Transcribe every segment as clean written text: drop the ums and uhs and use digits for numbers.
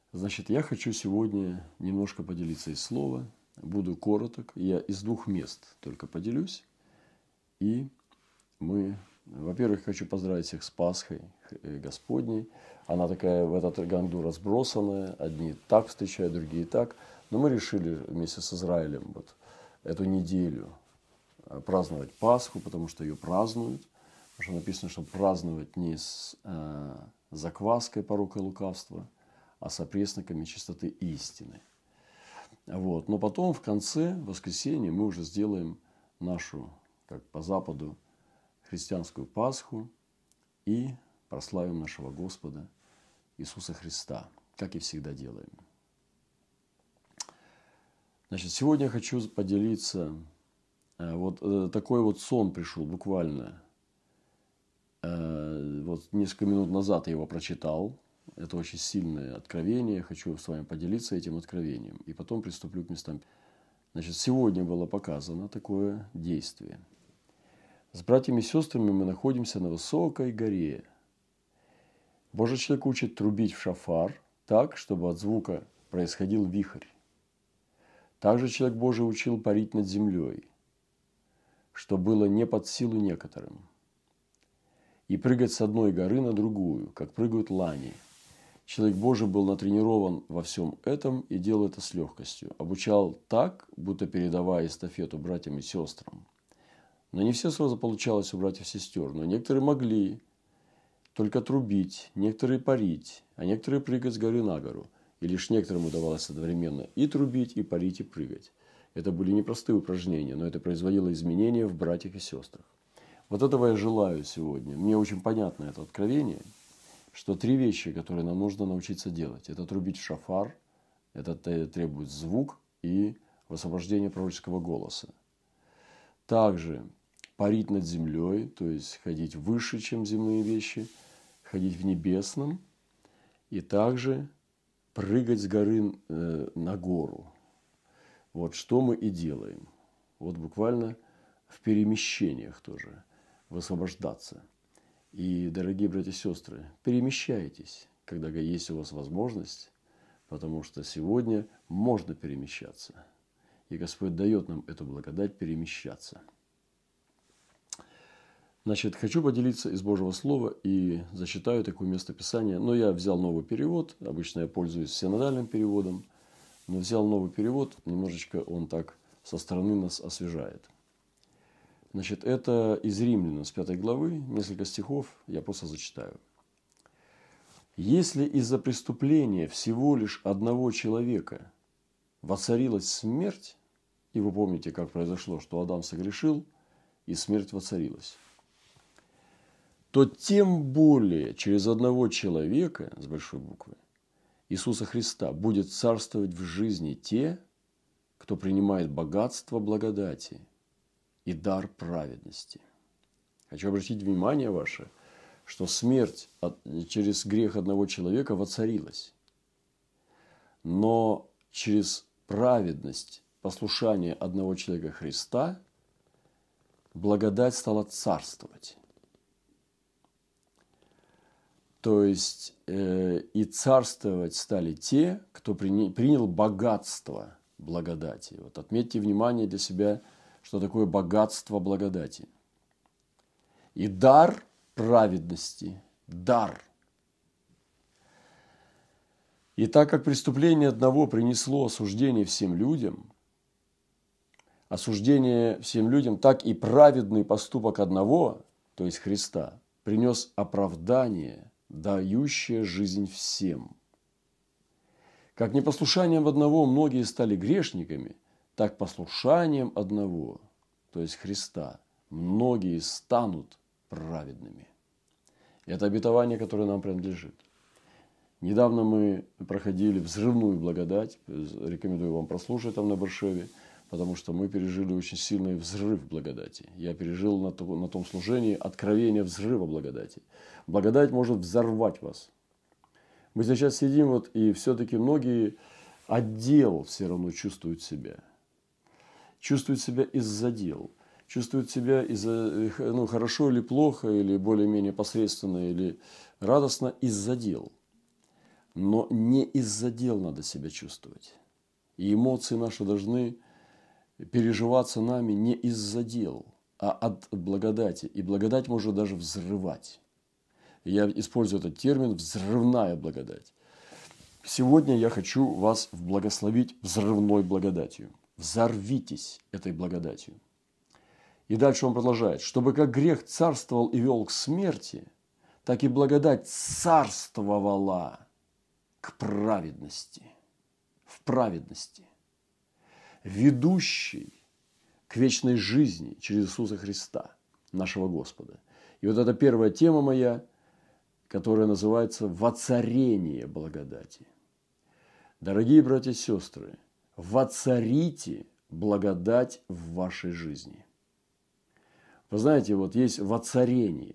Значит, я хочу сегодня немножко поделиться из слова. Буду короток. Я из двух мест только поделюсь. И во-первых, хочу поздравить всех с Пасхой Господней. Она такая в этот году разбросанная. Одни так встречают, другие так. Но мы решили вместе с Израилем вот эту неделю праздновать Пасху, потому что ее празднуют. Потому что написано, что праздновать не с закваской порока и лукавства, а с опресноками чистоты истины. Вот. Но потом в конце, в воскресенье, мы уже сделаем нашу, как по Западу, христианскую Пасху и прославим нашего Господа Иисуса Христа, как и всегда делаем. Значит, сегодня я хочу поделиться, вот такой вот сон пришел буквально, вот несколько минут назад я его прочитал. Это очень сильное откровение. Я хочу с вами поделиться этим откровением. И потом приступлю к местам. Значит, сегодня было показано такое действие. С братьями и сестрами мы находимся на высокой горе. Божий человек учит трубить в шафар так, чтобы от звука происходил вихрь. Также человек Божий учил парить над землей, что было не под силу некоторым. И прыгать с одной горы на другую, как прыгают лани. Человек Божий был натренирован во всем этом и делал это с легкостью. Обучал так, будто передавая эстафету братьям и сестрам. Но не все сразу получалось у братьев и сестер. Но некоторые могли только трубить, некоторые парить, а некоторые прыгать с горы на гору. И лишь некоторым удавалось одновременно и трубить, и парить, и прыгать. Это были непростые упражнения, но это производило изменения в братьях и сестрах. Вот этого я желаю сегодня. Мне очень понятно это откровение, что 3 вещи, которые нам нужно научиться делать. Это трубить в шафар, это требует звук и высвобождение пророческого голоса. Также парить над землей, то есть ходить выше, чем земные вещи, ходить в небесном, и также прыгать с горы на гору. Вот что мы и делаем. Вот буквально в перемещениях тоже высвобождаться. И, дорогие братья и сестры, перемещайтесь, когда есть у вас возможность, потому что сегодня можно перемещаться. И Господь дает нам эту благодать перемещаться. Значит, хочу поделиться из Божьего Слова и зачитаю такое местописание. Но я взял новый перевод, обычно я пользуюсь синодальным переводом, но взял новый перевод, немножечко он так со стороны нас освежает. Значит, это из Римлянам с 5 главы, несколько стихов, я просто зачитаю. «Если из-за преступления всего лишь одного человека воцарилась смерть», и вы помните, как произошло, что Адам согрешил, и смерть воцарилась, то тем более через одного человека, с большой буквы, Иисуса Христа, будет царствовать в жизни те, кто принимает богатство благодати и дар праведности. Хочу обратить внимание ваше, что смерть через грех одного человека воцарилась. Но через праведность, послушание одного человека Христа, благодать стала царствовать. То есть и царствовать стали те, кто принял богатство благодати. Вот отметьте внимание для себя, что такое богатство благодати. И дар праведности. Дар. И так как преступление одного принесло осуждение всем людям, так и праведный поступок одного, то есть Христа, принес оправдание, дающее жизнь всем. Как непослушанием одного многие стали грешниками, так послушанием одного, то есть Христа, многие станут праведными. Это обетование, которое нам принадлежит. Недавно мы проходили взрывную благодать, рекомендую вам прослушать там на Бершеве, потому что мы пережили очень сильный взрыв благодати. Я пережил на том служении откровение взрыва благодати. Благодать может взорвать вас. Мы сейчас сидим, и все-таки многие отдел все равно чувствуют себя. Чувствуют себя из-за дел. Чувствуют себя хорошо или плохо, или более-менее посредственно, или радостно из-за дел. Но не из-за дел надо себя чувствовать. И эмоции наши должны переживаться нами не из-за дел, а от благодати. И благодать может даже взрывать. Я использую этот термин «взрывная благодать». Сегодня я хочу вас благословить взрывной благодатью. Взорвитесь этой благодатью. И дальше он продолжает. Чтобы как грех царствовал и вел к смерти, так и благодать царствовала к праведности. В праведности. Ведущей к вечной жизни через Иисуса Христа, нашего Господа. И вот это первая тема моя, которая называется «Воцарение благодати». Дорогие братья и сестры, воцарите благодать в вашей жизни. Вы знаете, вот есть воцарение.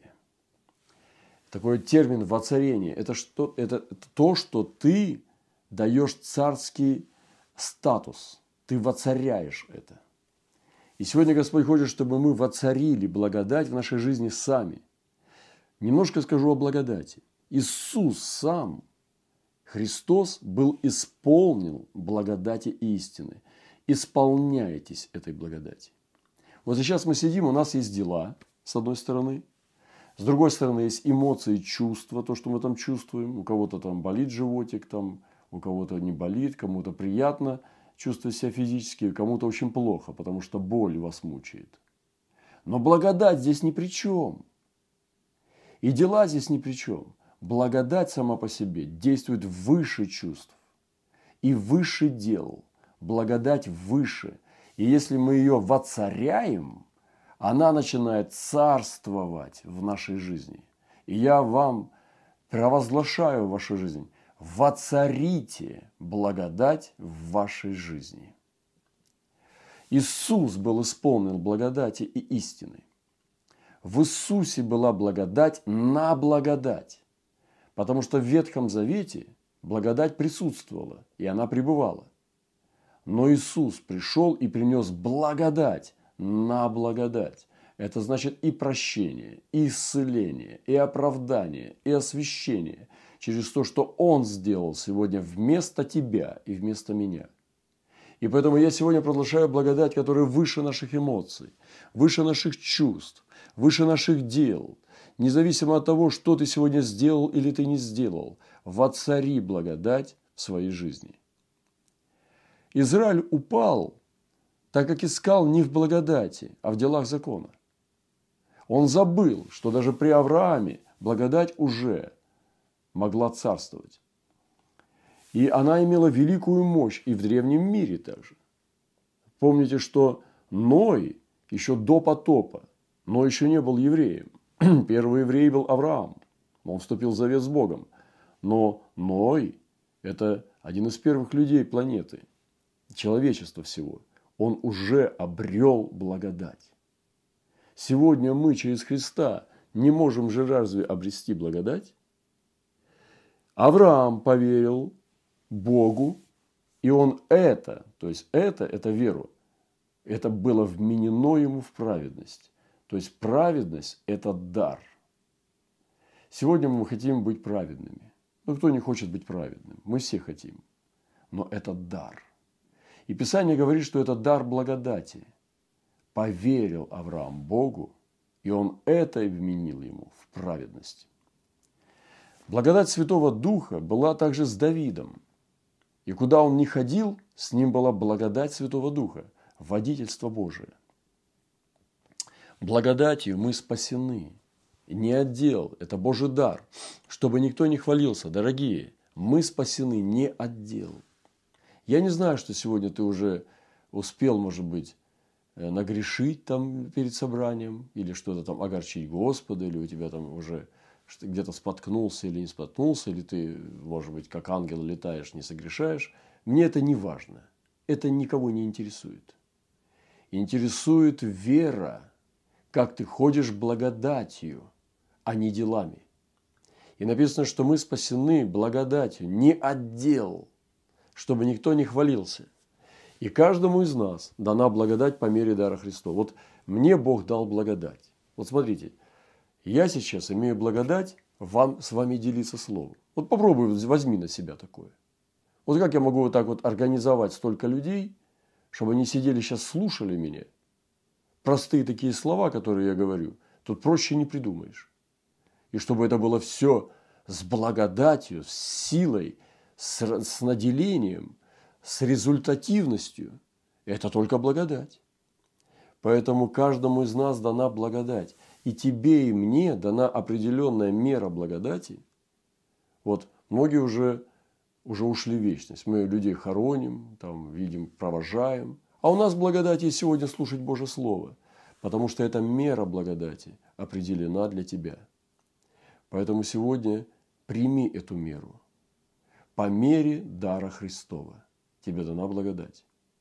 Такой термин воцарение. Это то, что ты даешь царский статус. Ты воцаряешь это. И сегодня Господь хочет, чтобы мы воцарили благодать в нашей жизни сами. Немножко скажу о благодати. Иисус сам, Христос, был исполнен благодати и истины. Исполняйтесь этой благодати. Вот сейчас мы сидим, у нас есть дела, с одной стороны. С другой стороны, есть эмоции, чувства, то, что мы там чувствуем. У кого-то там болит животик, там, у кого-то не болит, кому-то приятно чувствовать себя физически, кому-то очень плохо, потому что боль вас мучает. Но благодать здесь ни при чем. И дела здесь ни при чем. Благодать сама по себе действует выше чувств и выше дел. Благодать выше. И если мы ее воцаряем, она начинает царствовать в нашей жизни. И я вам провозглашаю в вашу жизнь: воцарите благодать в вашей жизни. Иисус был исполнен благодати и истины. В Иисусе была благодать на благодать. Потому что в Ветхом Завете благодать присутствовала, и она пребывала. Но Иисус пришел и принес благодать на благодать. Это значит и прощение, и исцеление, и оправдание, и освящение через то, что Он сделал сегодня вместо тебя и вместо меня. И поэтому я сегодня продолжаю благодать, которая выше наших эмоций, выше наших чувств, выше наших дел. Независимо от того, что ты сегодня сделал или ты не сделал, воцари благодать в своей жизни. Израиль упал, так как искал не в благодати, а в делах закона. Он забыл, что даже при Аврааме благодать уже могла царствовать. И она имела великую мощь и в древнем мире также. Помните, что Ной еще до потопа, Ной еще не был евреем. Первый еврей был Авраам. Он вступил в завет с Богом. Но Ной – это один из первых людей планеты, человечества всего. Он уже обрел благодать. Сегодня мы через Христа не можем же разве обрести благодать? Авраам поверил Богу, и он это веру, это было вменено ему в праведность. То есть праведность – это дар. Сегодня мы хотим быть праведными. Ну, кто не хочет быть праведным? Мы все хотим. Но это дар. И Писание говорит, что это дар благодати. Поверил Авраам Богу, и он это вменил ему в праведность. Благодать Святого Духа была также с Давидом. И куда он ни ходил, с ним была благодать Святого Духа, водительство Божие. Благодатью мы спасены. Не от дел, это Божий дар. Чтобы никто не хвалился, дорогие, мы спасены не от дел. Я не знаю, что сегодня ты уже успел, может быть, нагрешить там перед собранием, или что-то там огорчить Господа, или у тебя там уже где-то споткнулся или не споткнулся, или ты, может быть, как ангел летаешь, не согрешаешь. Мне это не важно. Это никого не интересует. Интересует вера, как ты ходишь благодатью, а не делами. И написано, что мы спасены благодатью, не от дел, чтобы никто не хвалился. И каждому из нас дана благодать по мере дара Христова. Вот мне Бог дал благодать. Вот смотрите, я сейчас имею благодать с вами делиться словом. Вот попробуй, возьми на себя такое. Вот как я могу вот так вот организовать столько людей, чтобы они сидели сейчас, слушали меня? Простые такие слова, которые я говорю, тут проще не придумаешь. И чтобы это было все с благодатью, с силой, с наделением, с результативностью. Это только благодать. Поэтому каждому из нас дана благодать. И тебе, и мне дана определенная мера благодати. Вот многие уже ушли в вечность. Мы людей хороним, там, видим, провожаем. А у нас благодать есть сегодня слушать Божье Слово. Потому что эта мера благодати определена для тебя. Поэтому сегодня прими эту меру. По мере дара Христова тебе дана благодать.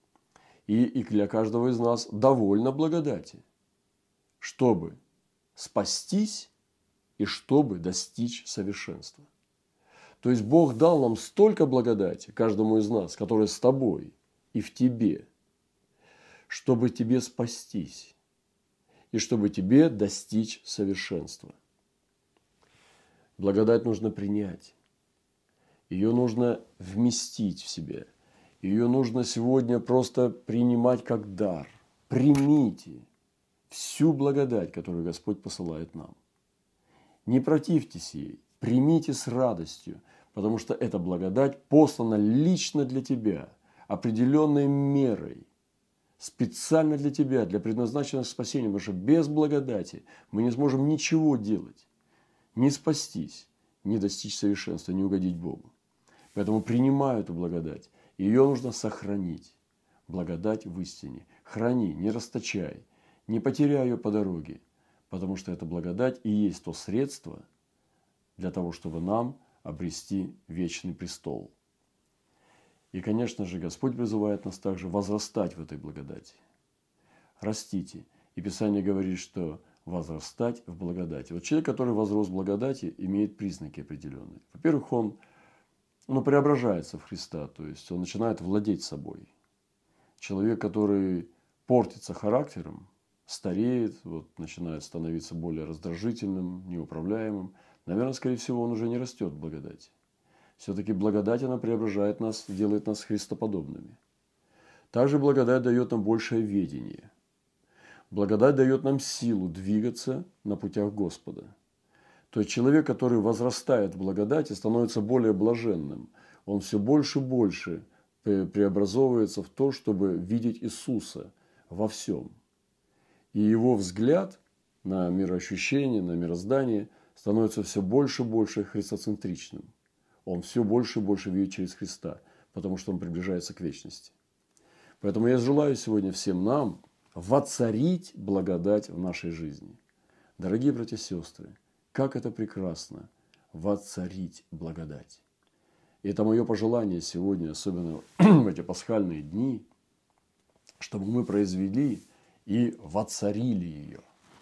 И для каждого из нас довольно благодати, чтобы спастись и чтобы достичь совершенства. То есть Бог дал нам столько благодати, каждому из нас, которая с тобой и в тебе, чтобы тебе спастись и чтобы тебе достичь совершенства. Благодать нужно принять. Ее нужно вместить в себя. Ее нужно сегодня просто принимать как дар. Примите всю благодать, которую Господь посылает нам. Не противьтесь ей, примите с радостью, потому что эта благодать послана лично для тебя, определенной мерой, специально для тебя, для предназначенного спасения, потому что без благодати мы не сможем ничего делать, не спастись, не достичь совершенства, не угодить Богу. Поэтому принимаю эту благодать. Ее нужно сохранить. Благодать в истине. Храни, не расточай, не потеряй ее по дороге, потому что эта благодать и есть то средство для того, чтобы нам обрести вечный престол. И, конечно же, Господь призывает нас также возрастать в этой благодати. Растите. И Писание говорит, что возрастать в благодати. Вот человек, который возрос в благодати, имеет признаки определенные. Во-первых, он преображается в Христа, то есть он начинает владеть собой. Человек, который портится характером, стареет, начинает становиться более раздражительным, неуправляемым, наверное, скорее всего, он уже не растет в благодати. Все-таки благодать, она преображает нас, делает нас христоподобными. Также благодать дает нам большее ведение. Благодать дает нам силу двигаться на путях Господа. То есть человек, который возрастает в благодати, становится более блаженным. Он все больше и больше преобразовывается в то, чтобы видеть Иисуса во всем. И его взгляд на мироощущение, на мироздание становится все больше и больше христоцентричным. Он все больше и больше видит через Христа, потому что он приближается к вечности. Поэтому я желаю сегодня всем нам воцарить благодать в нашей жизни. Дорогие братья и сестры, как это прекрасно воцарить благодать. И это мое пожелание сегодня, особенно в эти пасхальные дни, чтобы мы произвели и воцарили ее.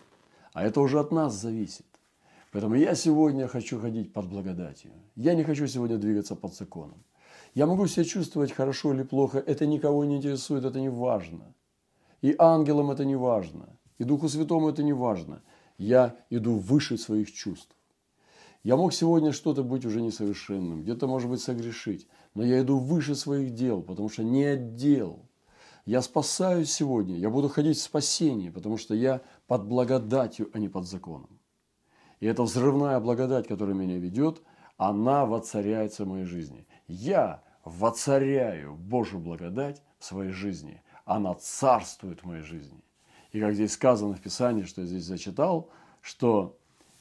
А это уже от нас зависит. Поэтому я сегодня хочу ходить под благодатью. Я не хочу сегодня двигаться под законом. Я могу себя чувствовать хорошо или плохо, это никого не интересует, это не важно. И ангелам это не важно, и Духу Святому это не важно. Я иду выше своих чувств. Я мог сегодня что-то быть уже несовершенным, где-то, может быть, согрешить, но я иду выше своих дел, потому что не отдел. Я спасаюсь сегодня, я буду ходить в спасении, потому что я под благодатью, а не под законом. И эта взрывная благодать, которая меня ведет, она воцаряется в моей жизни. Я воцаряю Божью благодать в своей жизни. Она царствует в моей жизни. И как здесь сказано в Писании, что я здесь зачитал, что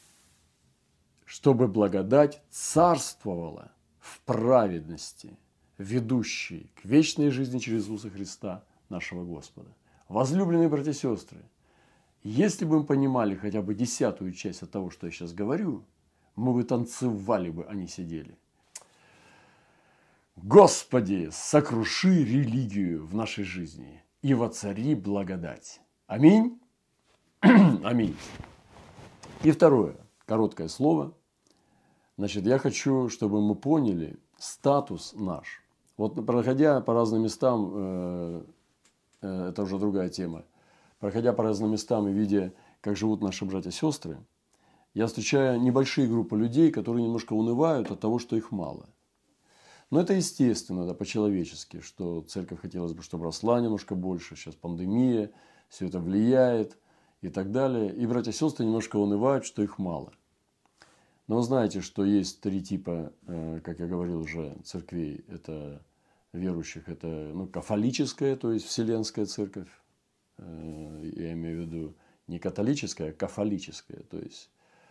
чтобы благодать царствовала в праведности, ведущей к вечной жизни через Иисуса Христа, нашего Господа. Возлюбленные братья и сестры, если бы мы понимали хотя бы 10-ую часть от того, что я сейчас говорю, мы бы танцевали бы, а не сидели. Господи, сокруши религию в нашей жизни и воцари благодать. Аминь. Аминь. И второе, короткое слово. Значит, я хочу, чтобы мы поняли статус наш. Вот проходя по разным местам, это уже другая тема, проходя по разным местам и видя, как живут наши братья и сестры, Я встречаю небольшие группы людей, которые немножко унывают от того, что их мало. Но это естественно, да, по-человечески, что церковь хотелось бы, чтобы росла немножко больше. Сейчас пандемия, все это влияет и так далее. И братья и сестры немножко унывают, что их мало. Но вы знаете, что есть 3 типа, как я говорил уже, церквей. Это верующих, это кафолическая, то есть Вселенская церковь. Я имею в виду не католическая, а кафолическая, то есть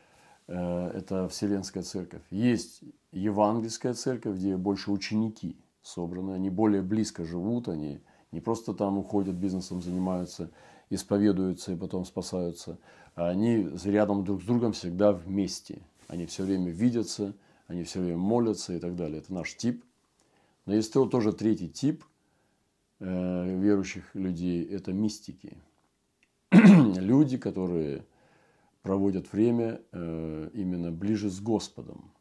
это Вселенская церковь. Есть евангельская церковь, где больше ученики собраны, они более близко живут, они не просто там уходят, бизнесом занимаются, исповедуются и потом спасаются, а они рядом друг с другом всегда вместе. Они все время видятся, они все время молятся и так далее. Это наш тип. Но есть тоже 3-й тип верующих людей – это мистики. Люди, которые проводят время именно ближе с Господом.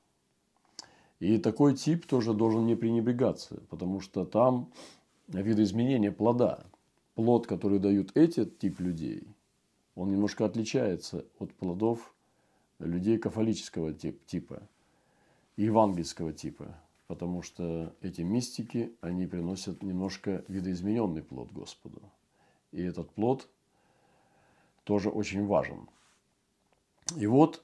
И такой тип тоже должен не пренебрегаться, потому что там видоизменение плода. Плод, который дают эти тип людей, он немножко отличается от плодов людей кафолического типа, евангельского типа. Потому что эти мистики, они приносят немножко видоизмененный плод Господу. И этот плод тоже очень важен. И вот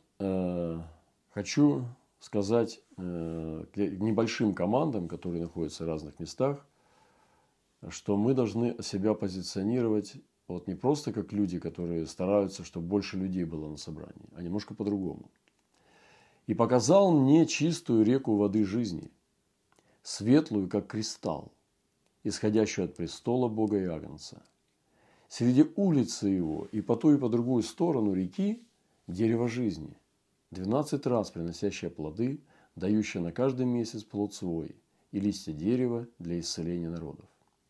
хочу сказать небольшим командам, которые находятся в разных местах, что мы должны себя позиционировать вот не просто как люди, которые стараются, чтобы больше людей было на собрании, а немножко по-другому. «И показал мне чистую реку воды жизни, светлую, как кристалл, исходящую от престола Бога и Агнца. Среди улицы его и по ту и по другую сторону реки дерево жизни, 12 раз приносящее плоды, дающее на каждый месяц плод свой, и листья дерева для исцеления народов».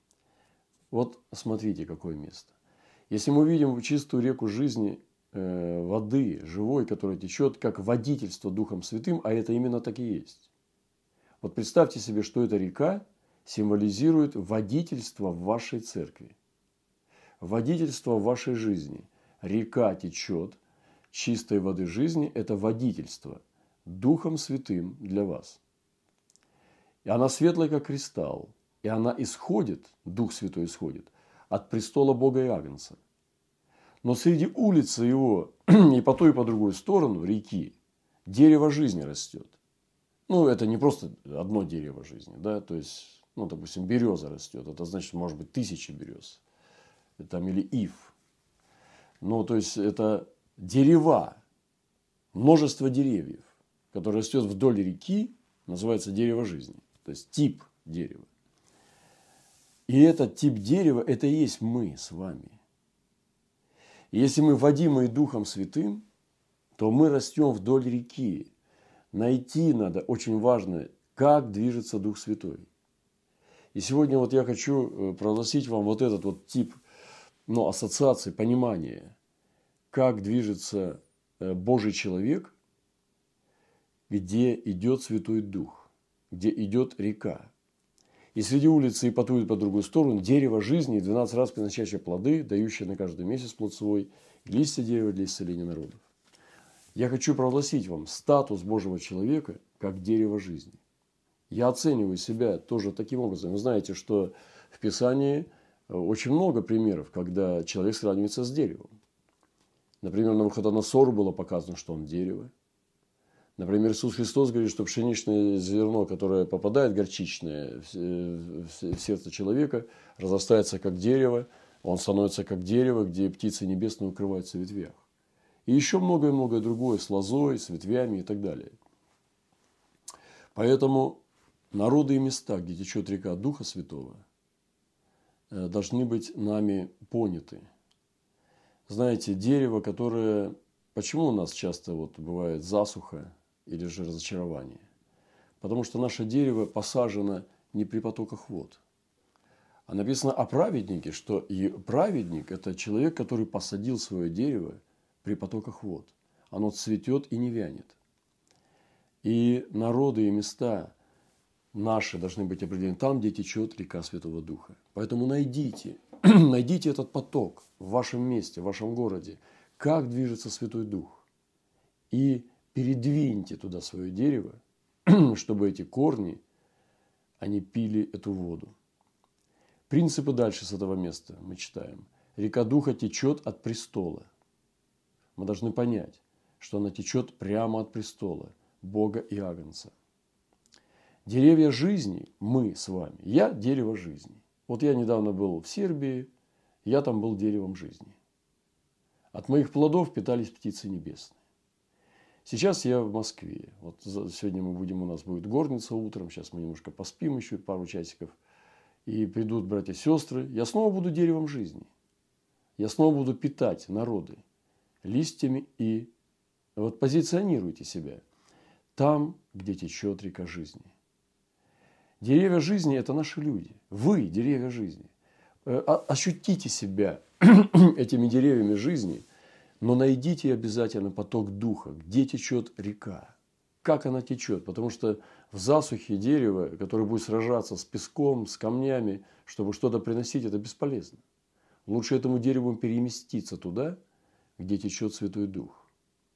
Вот смотрите, какое место. Если мы видим чистую реку жизни, воды, живой, которая течет, как водительство Духом Святым, а это именно так и есть. Вот представьте себе, что эта река символизирует водительство в вашей церкви, водительство в вашей жизни. Река течет чистой воды жизни – это водительство Духом Святым для вас. И она светлая, как кристалл, и она исходит, Дух Святой исходит, от престола Бога и Агнца. Но среди улицы его и по ту и по другую сторону реки дерево жизни растет. Это не просто одно дерево жизни, да, то есть, допустим, береза растет, это значит, может быть, 1000 берез, там, или ив. То есть, это дерева, множество деревьев, которые растет вдоль реки, называется дерево жизни, то есть, тип дерева. И этот тип дерева, это и есть мы с вами. И если мы водимые Духом Святым, то мы растем вдоль реки. Найти надо, очень важно, как движется Дух Святой. И сегодня вот я хочу прогласить вам вот этот вот тип ассоциации, понимания, как движется Божий человек, где идет Святой Дух, где идет река. И среди улицы и по ту и по другую сторону дерево жизни, 12 раз приносящее плоды, дающее на каждый месяц плод свой, и листья дерева для исцеления народов. Я хочу прогласить вам статус Божьего человека как дерево жизни. Я оцениваю себя тоже таким образом. Вы знаете, что в Писании очень много примеров, когда человек сравнивается с деревом. Например, на Навуходоносору было показано, что он дерево. Например, Иисус Христос говорит, что пшеничное зерно, которое попадает, горчичное, в сердце человека, разрастается как дерево, он становится как дерево, где птицы небесные укрываются в ветвях. И еще многое-многое другое с лозой, с ветвями и так далее. Поэтому народы и места, где течет река Духа Святого, должны быть нами поняты. Знаете, дерево, которое... Почему у нас часто бывает засуха или же разочарование? Потому что наше дерево посажено не при потоках вод. А написано о праведнике, что и праведник – это человек, который посадил свое дерево при потоках вод. Оно цветет и не вянет. И народы и места наши должны быть определены там, где течет река Святого Духа. Поэтому найдите этот поток в вашем месте, в вашем городе, как движется Святой Дух. и передвиньте туда свое дерево, чтобы эти корни, они пили эту воду. Принципы дальше с этого места мы читаем. Река Духа течет от престола. Мы должны понять, что она течет прямо от престола Бога и Агнца. Деревья жизни мы с вами. Я дерево жизни. Вот я недавно был в Сербии, я там был деревом жизни. От моих плодов питались птицы небесные. Сейчас я в Москве. Вот сегодня у нас будет горница утром, сейчас мы немножко поспим еще пару часиков. И придут братья и сестры. Я снова буду деревом жизни. Я снова буду питать народы листьями и вот позиционируйте себя там, где течет река жизни. Деревья жизни – это наши люди. Вы – деревья жизни. Ощутите себя этими деревьями жизни, но найдите обязательно поток духа, где течет река. Как она течет? Потому что в засухе дерево, которое будет сражаться с песком, с камнями, чтобы что-то приносить, это бесполезно. Лучше этому дереву переместиться туда, где течет Святой Дух.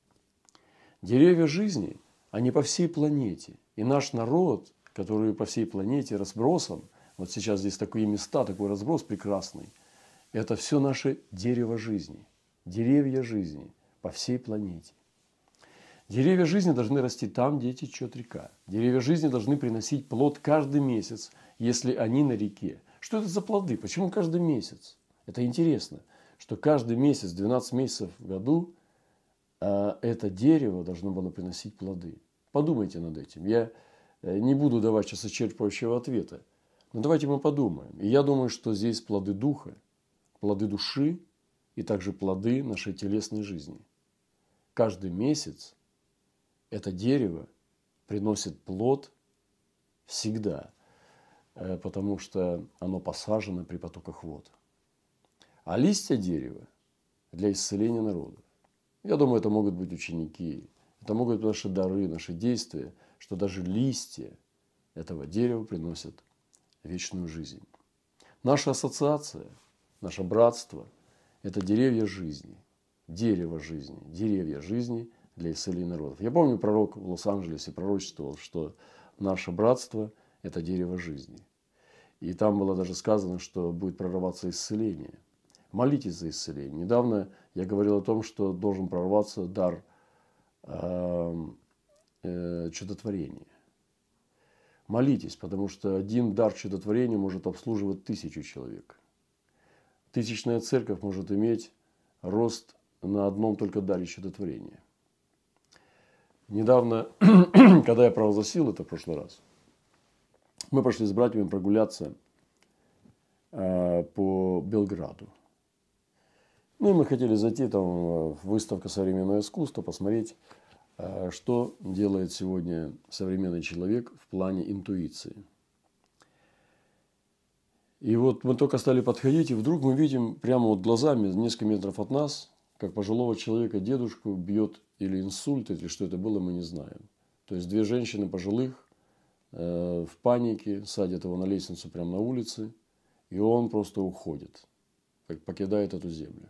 Деревья жизни, они по всей планете. И наш народ, который по всей планете разбросан, вот сейчас здесь такие места, такой разброс прекрасный, это все наше дерево жизни, деревья жизни по всей планете. Деревья жизни должны расти там, где течет река. Деревья жизни должны приносить плод каждый месяц, если они на реке. Что это за плоды? Почему каждый месяц? Это интересно, что каждый месяц, 12 месяцев в году, это дерево должно было приносить плоды. Подумайте над этим. Я не буду давать сейчас исчерпывающего ответа, но давайте мы подумаем. И я думаю, что здесь плоды духа, плоды души и также плоды нашей телесной жизни. Каждый месяц это дерево приносит плод всегда, потому что оно посажено при потоках вод. А листья дерева для исцеления народов. Я думаю, это могут быть ученики, это могут быть наши дары, наши действия, что даже листья этого дерева приносят вечную жизнь. Наша ассоциация, наше братство – это деревья жизни, дерево жизни, деревья жизни для исцеления народов. Я помню, пророк в Лос-Анджелесе пророчествовал, что наше братство – это дерево жизни. И там было даже сказано, что будет прорываться исцеление. Молитесь за исцеление. Недавно я говорил о том, что должен прорваться дар чудотворения. Молитесь, потому что один дар чудотворения может обслуживать 1000 человек. Тысячная церковь может иметь рост на одном только даре чудотворения. Недавно, когда я провозгласил это в прошлый раз, мы пошли с братьями прогуляться по Белграду. Ну и мы хотели зайти там в выставку современного искусства, посмотреть, что делает сегодня современный человек в плане интуиции. И вот мы только стали подходить, и вдруг мы видим прямо вот глазами, несколько метров от нас, как пожилого человека дедушку бьет или инсульт, или что это было, мы не знаем. То есть 2 женщины пожилых в панике садят его на лестницу прямо на улице, и он просто уходит, как покидает эту землю.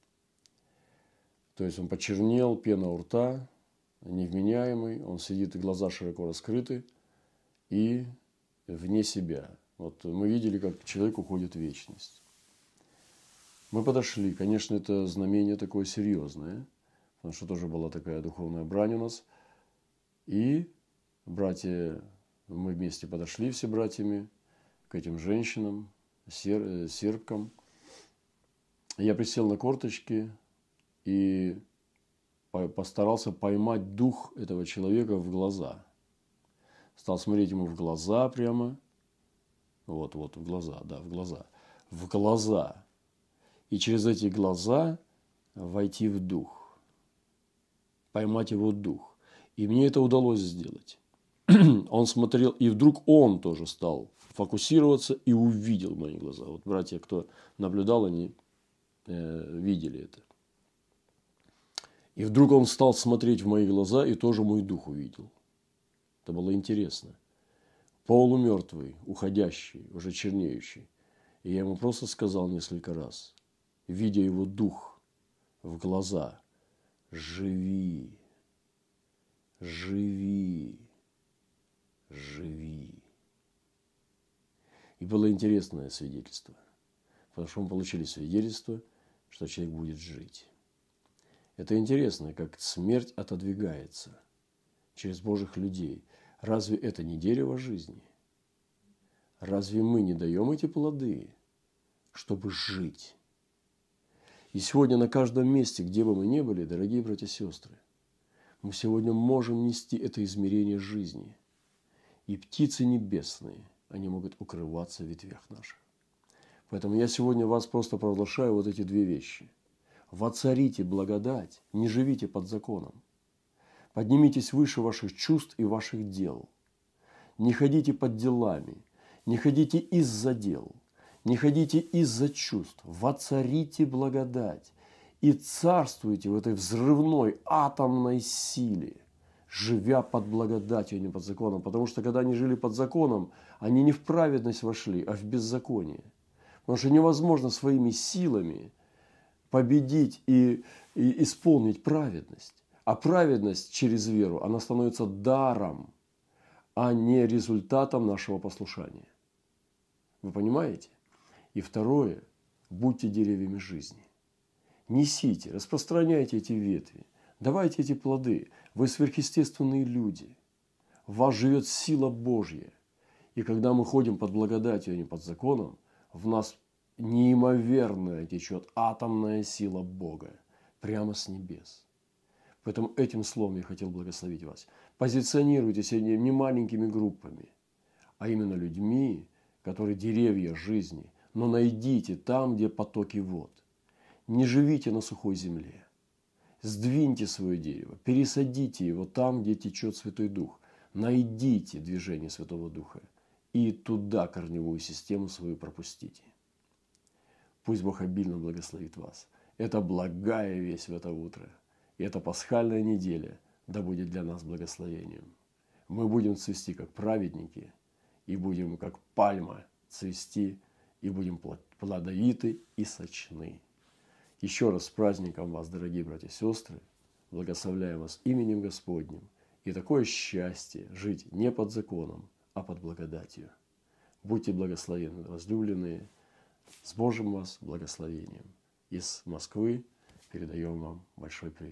То есть он почернел, пена у рта, невменяемый, он сидит, глаза широко раскрыты и вне себя. Вот мы видели, как человек уходит в вечность. Мы подошли, конечно, это знамение такое серьезное, потому что тоже была такая духовная брань у нас. И братья, мы вместе подошли все братьями к этим женщинам, сербкам. Я присел на корточки и постарался поймать дух этого человека в глаза. Стал смотреть ему в глаза прямо. Вот, в глаза, да, в глаза. В глаза. И через эти глаза войти в дух. Поймать его дух. И мне это удалось сделать. Он смотрел, и вдруг он тоже стал фокусироваться и увидел мои глаза. Вот братья, кто наблюдал, они видели это. И вдруг он стал смотреть в мои глаза, и тоже мой дух увидел. Это было интересно. Полумертвый, уходящий, уже чернеющий. И я ему просто сказал несколько раз, видя его дух в глаза: живи, живи, живи. И было интересное свидетельство, потому что мы получили свидетельство, что человек будет жить. Это интересно, как смерть отодвигается через Божьих людей. Разве это не дерево жизни? Разве мы не даем эти плоды, чтобы жить? И сегодня на каждом месте, где бы мы ни были, дорогие братья и сестры, мы сегодня можем нести это измерение жизни. И птицы небесные, они могут укрываться в ветвях наших. Поэтому я сегодня вас просто провозглашаю вот эти две вещи. Воцарите благодать, не живите под законом. Поднимитесь выше ваших чувств и ваших дел. Не ходите под делами, не ходите из-за дел, не ходите из-за чувств. Воцарите благодать и царствуйте в этой взрывной атомной силе, живя под благодатью, а не под законом. Потому что когда они жили под законом, они не в праведность вошли, а в беззаконие. Потому что невозможно своими силами победить и исполнить праведность. А праведность через веру, она становится даром, а не результатом нашего послушания. Вы понимаете? И второе, будьте деревьями жизни. Несите, распространяйте эти ветви, давайте эти плоды. Вы сверхъестественные люди. В вас живет сила Божья. И когда мы ходим под благодатью, а не под законом, в нас неимоверная течет атомная сила Бога прямо с небес. Поэтому этим словом я хотел благословить вас. Позиционируйте себя не маленькими группами, а именно людьми, которые деревья жизни. Но найдите там, где потоки вод. Не живите на сухой земле. Сдвиньте свое дерево, пересадите его там, где течет Святой Дух. Найдите движение Святого Духа и туда корневую систему свою пропустите. Пусть Бог обильно благословит вас. Это благая весть в это утро. И эта пасхальная неделя да будет для нас благословением. Мы будем цвести как праведники, и будем как пальма цвести, и будем плодовиты и сочны. Еще раз с праздником вас, дорогие братья и сестры. Благословляем вас именем Господним. И такое счастье жить не под законом, а под благодатью. Будьте благословенны, возлюбленные. С Божьим вас благословением. Из Москвы передаем вам большой привет.